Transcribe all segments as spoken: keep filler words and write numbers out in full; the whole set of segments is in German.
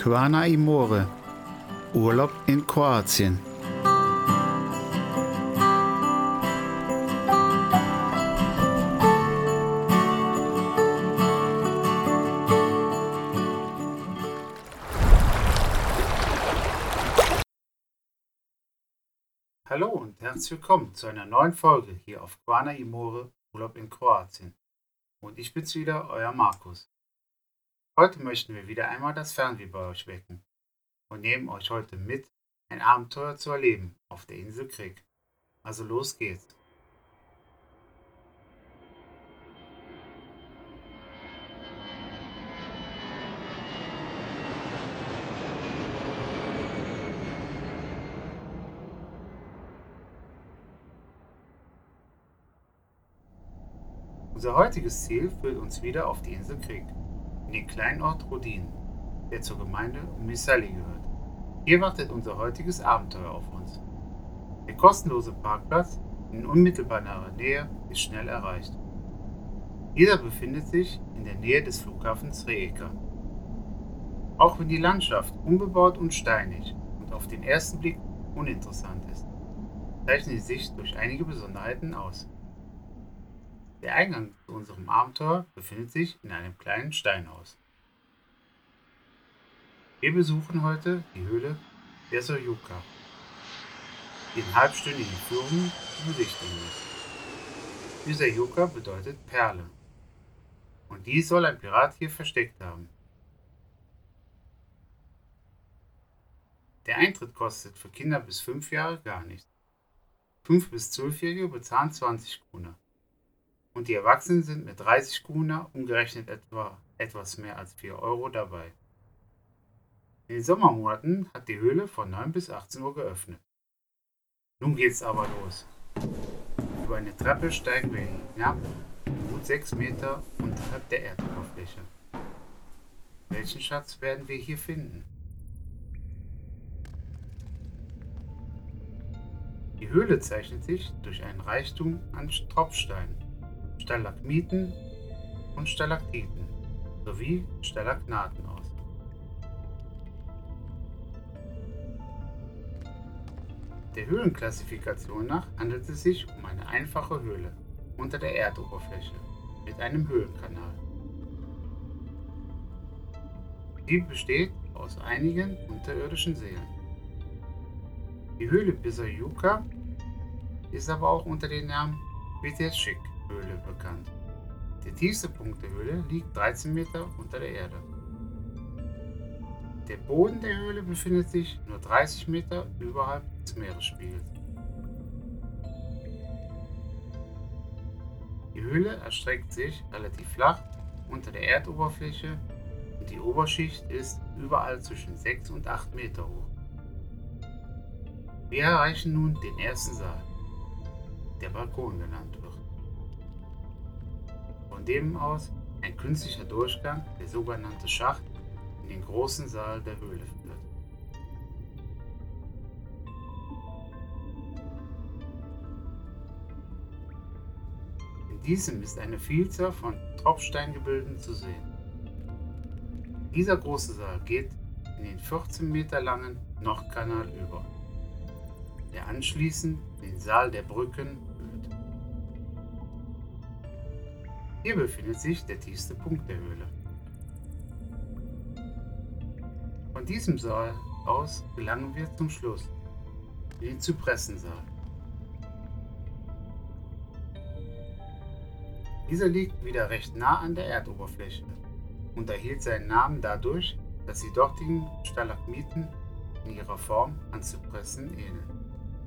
Quana Imore, Urlaub in Kroatien. Hallo und herzlich willkommen zu einer neuen Folge hier auf Quana Imore, Urlaub in Kroatien. Und ich bin's wieder, euer Markus. Heute möchten wir wieder einmal das Fernweh bei euch wecken und nehmen euch heute mit, ein Abenteuer zu erleben auf der Insel Krk. Also los geht's. Unser heutiges Ziel führt uns wieder auf die Insel Krk, in den kleinen Ort Rodin, der zur Gemeinde Omišalj gehört. Hier wartet unser heutiges Abenteuer auf uns. Der kostenlose Parkplatz in unmittelbarer Nähe ist schnell erreicht. Dieser befindet sich in der Nähe des Flughafens Rijeka. Auch wenn die Landschaft unbebaut und steinig und auf den ersten Blick uninteressant ist, zeichnet sie sich durch einige Besonderheiten aus. Der Eingang zu unserem Abenteuer befindet sich in einem kleinen Steinhaus. Wir besuchen heute die Höhle der Sojuka, die in halbstündigen Führungen zu besichtigen ist. Die Sojuka bedeutet Perle und die soll ein Pirat hier versteckt haben. Der Eintritt kostet für Kinder bis fünf Jahre gar nichts. fünf bis zwölfjährige bezahlen zwanzig Kuna. Und die Erwachsenen sind mit dreißig Kuna, umgerechnet etwa etwas mehr als vier Euro, dabei. In den Sommermonaten hat die Höhle von neun bis achtzehn Uhr geöffnet. Nun geht's aber los. Über eine Treppe steigen wir hinab, gut sechs Meter unterhalb der Erdoberfläche. Welchen Schatz werden wir hier finden? Die Höhle zeichnet sich durch einen Reichtum an Tropfsteinen, Stalagmiten und Stalaktiten sowie Stalagnaten aus. Der Höhlenklassifikation nach handelt es sich um eine einfache Höhle unter der Erdoberfläche mit einem Höhlenkanal. Die besteht aus einigen unterirdischen Seelen. Die Höhle Biserjuka ist aber auch unter dem Namen Videšik Höhle bekannt. Der tiefste Punkt der Höhle liegt dreizehn Meter unter der Erde. Der Boden der Höhle befindet sich nur dreißig Meter überhalb des Meeresspiegels. Die Höhle erstreckt sich relativ flach unter der Erdoberfläche und die Oberschicht ist überall zwischen sechs und acht Meter hoch. Wir erreichen nun den ersten Saal, der Balkon genannt wird. Von dem aus ein künstlicher Durchgang, der sogenannte Schacht, in den großen Saal der Höhle führt. In diesem ist eine Vielzahl von Tropfsteingebilden zu sehen. Dieser große Saal geht in den vierzehn Meter langen Nordkanal über, der anschließend den Saal der Brücken führt. Hier befindet sich der tiefste Punkt der Höhle. Von diesem Saal aus gelangen wir zum Schluss, in den Zypressensaal. Dieser liegt wieder recht nah an der Erdoberfläche und erhielt seinen Namen dadurch, dass die dortigen Stalagmiten in ihrer Form an Zypressen ähneln.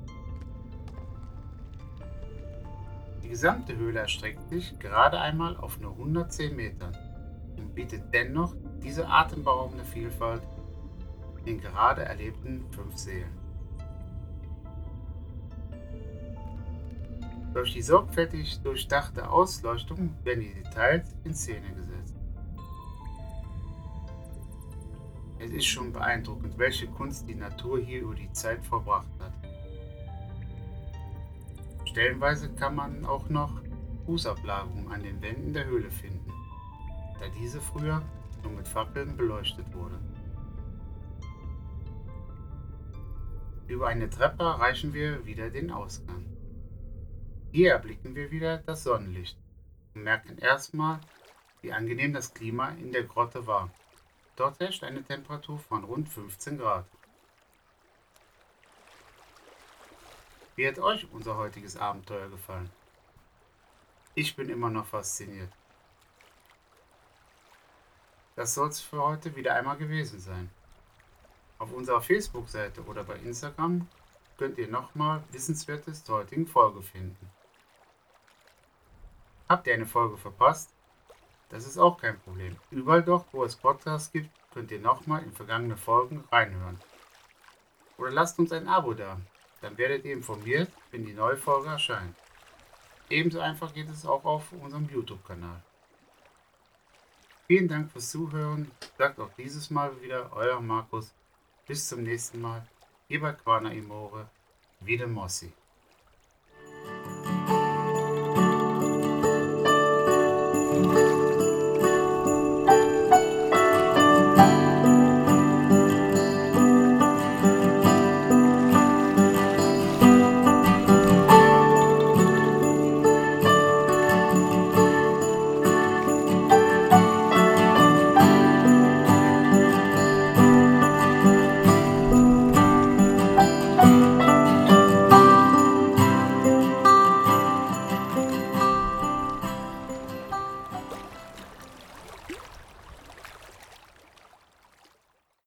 Die gesamte Höhle erstreckt sich gerade einmal auf nur hundertzehn Metern und bietet dennoch diese atemberaubende Vielfalt in den gerade erlebten fünf Seelen. Durch die sorgfältig durchdachte Ausleuchtung werden die Details in Szene gesetzt. Es ist schon beeindruckend, welche Kunst die Natur hier über die Zeit vollbracht hat. Stellenweise kann man auch noch Fußablagerungen an den Wänden der Höhle finden, da diese früher nur mit Fackeln beleuchtet wurde. Über eine Treppe erreichen wir wieder den Ausgang. Hier erblicken wir wieder das Sonnenlicht und merken erstmal, wie angenehm das Klima in der Grotte war. Dort herrscht eine Temperatur von rund fünfzehn Grad. Wie hat euch unser heutiges Abenteuer gefallen? Ich bin immer noch fasziniert. Das soll es für heute wieder einmal gewesen sein. Auf unserer Facebook-Seite oder bei Instagram könnt ihr nochmal Wissenswertes zur heutigen Folge finden. Habt ihr eine Folge verpasst? Das ist auch kein Problem. Überall dort, wo es Podcasts gibt, könnt ihr nochmal in vergangene Folgen reinhören. Oder lasst uns ein Abo da, dann werdet ihr informiert, wenn die neue Folge erscheint. Ebenso einfach geht es auch auf unserem YouTube-Kanal. Vielen Dank fürs Zuhören, sagt auch dieses Mal wieder euer Markus. Bis zum nächsten Mal, hier bei Quana Imore, wieder Mossi.